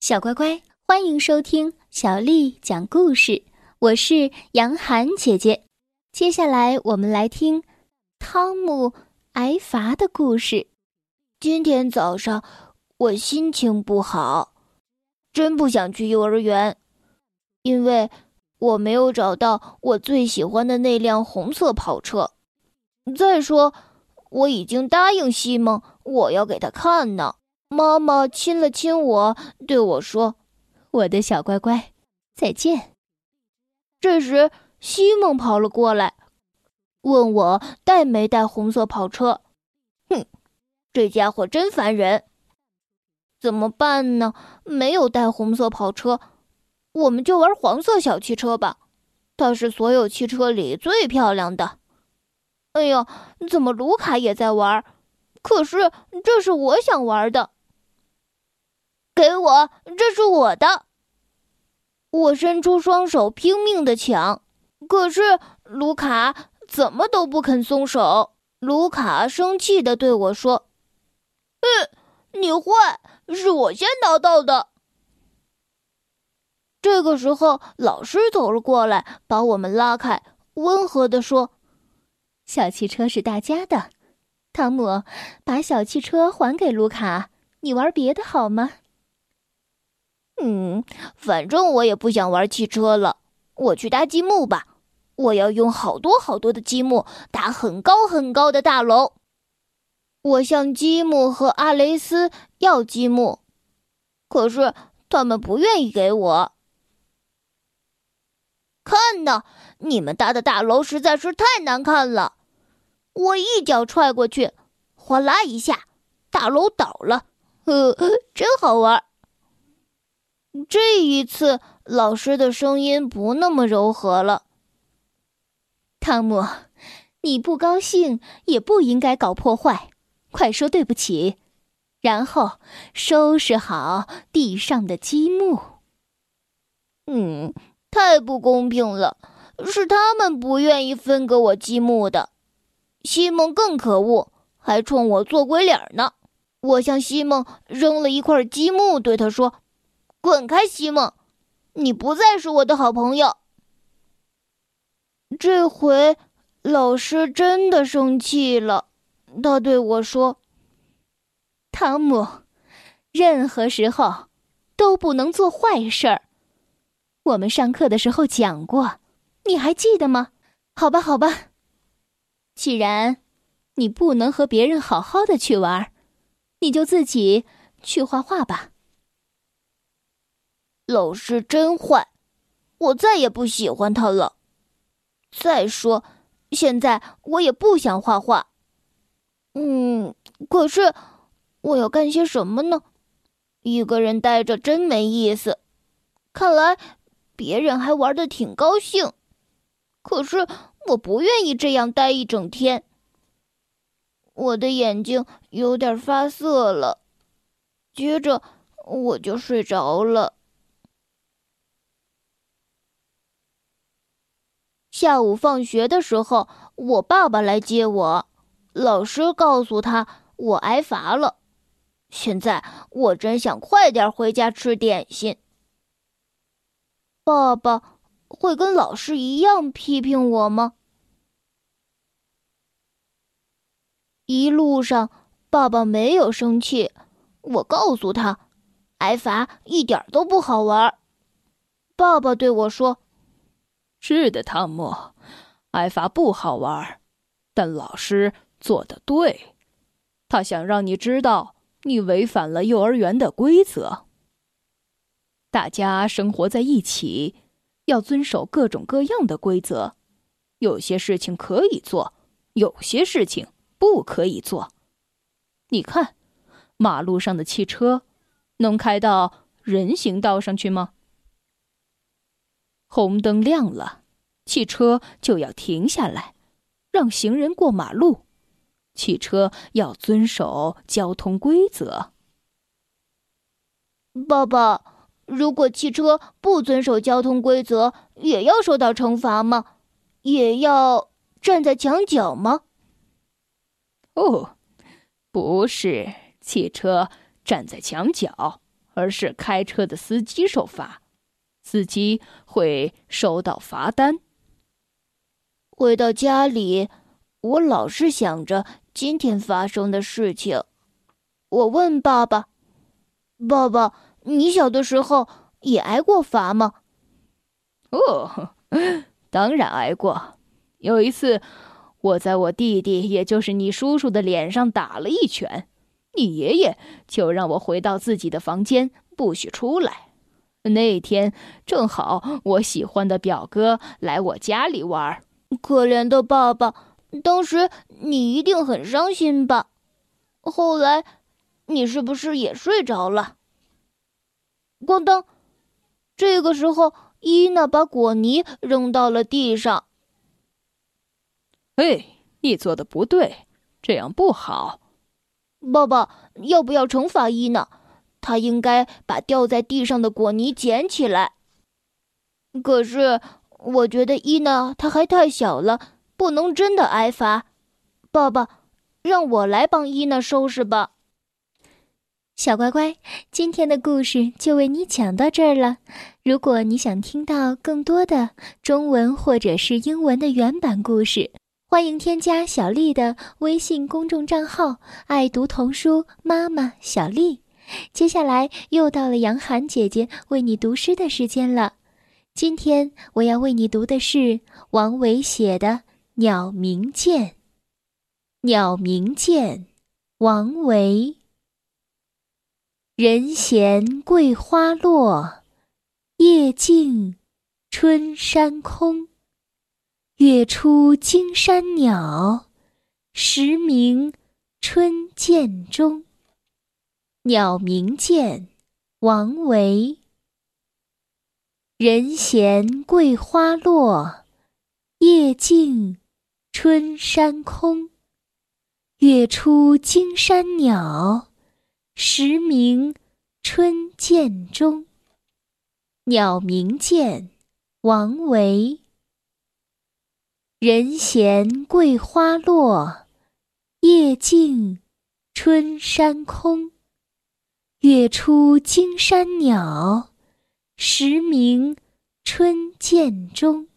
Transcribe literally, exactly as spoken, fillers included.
小乖乖，欢迎收听小丽讲故事，我是杨涵姐姐。接下来我们来听汤姆挨罚的故事。 今天早上我心情不好，真不想去幼儿园，因为我没有找到我最喜欢的那辆红色跑车。再说，我已经答应西蒙我要给他看呢。妈妈亲了亲我，对我说：“ 我的小乖乖，再见。” 这时，西蒙跑了过来，问我带没带红色跑车。哼，这家伙真烦人。怎么办呢？没有带红色跑车，我们就玩黄色小汽车吧。它是所有汽车里最漂亮的。哎呦，怎么卢卡也在玩？可是这是我想玩的。给我，这是我的！我伸出双手拼命地抢，可是卢卡怎么都不肯松手。卢卡生气地对我说：“嗯，你坏，是我先拿到的。”这个时候，老师走了过来，把我们拉开，温和地说：“ 小汽车是大家的，汤姆，把小汽车还给卢卡，你玩别的好吗？” 嗯，反正我也不想玩汽车了，我去搭积木吧。我要用好多好多的积木搭很高很高的大楼。我向积木和阿雷斯要积木，可是他们不愿意给我。看呐，你们搭的大楼实在是太难看了。我一脚踹过去，哗啦一下，大楼倒了，呵，真好玩。这一次，老师的声音不那么柔和了。 汤姆，你不高兴也不应该搞破坏，快说对不起，然后收拾好地上的积木。 嗯，太不公平了，是他们不愿意分给我积木的。西蒙更可恶，还冲我做鬼脸呢。我向西蒙扔了一块积木，对他说：“滚开，西蒙！你不再是我的好朋友。”这回老师真的生气了，他对我说：“ 汤姆，任何时候都不能做坏事儿。我们上课的时候讲过，你还记得吗？好吧，好吧，既然你不能和别人好好的去玩，你就自己去画画吧。” 老师真坏，我再也不喜欢他了。再说，现在我也不想画画。嗯，可是我要干些什么呢？一个人待着真没意思。看来别人还玩得挺高兴，可是我不愿意这样待一整天。我的眼睛有点发涩了，接着我就睡着了。下午放学的时候，我爸爸来接我，老师告诉他我挨罚了。现在我真想快点回家吃点心。爸爸会跟老师一样批评我吗？一路上，爸爸没有生气，我告诉他，挨罚一点都不好玩。爸爸对我说：“ 是的，汤姆，挨罚不好玩，但老师做得对，他想让你知道你违反了幼儿园的规则。大家生活在一起，要遵守各种各样的规则，有些事情可以做，有些事情不可以做。你看，马路上的汽车能开到人行道上去吗？红灯亮了，汽车就要停下来，让行人过马路。汽车要遵守交通规则。” 爸爸，如果汽车不遵守交通规则，也要受到惩罚吗？也要站在墙角吗？ 哦，不是，汽车站在墙角， 而是开车的司机受罚，司机会收到罚单。 回到家里，我老是想着今天发生的事情。我问爸爸：“爸爸，你小的时候也挨过罚吗？” 哦，当然挨过。有一次，我在我弟弟，也就是你叔叔的脸上打了一拳，你爷爷就让我回到自己的房间，不许出来。那天正好我喜欢的表哥来我家里玩。 可怜的爸爸，当时你一定很伤心吧？后来，你是不是也睡着了？咣当！这个时候，伊娜把果泥扔到了地上。 哎，你做的不对，这样不好。 爸爸，要不要惩罚伊娜？她应该把掉在地上的果泥捡起来。可是，我觉得伊娜她还太小了，不能真的挨罚。爸爸，让我来帮伊娜收拾吧。 小乖乖，今天的故事就为你讲到这儿了。如果你想听到更多的中文或者是英文的原版故事，欢迎添加小丽的微信公众账号爱读童书妈妈小丽。接下来又到了杨涵姐姐为你读诗的时间了。今天我要为你读的是王维写的《鸟鸣涧》。鸟鸣涧，王维。人闲桂花落，夜静春山空。月出惊山鸟，时鸣春涧中。鸟鸣涧，王维。人闲桂花落，夜静春山空。月出惊山鸟，时鸣春涧中。鸟鸣涧，王维。人闲桂花落，夜静春山空。月出惊山鸟，时鸣春涧中。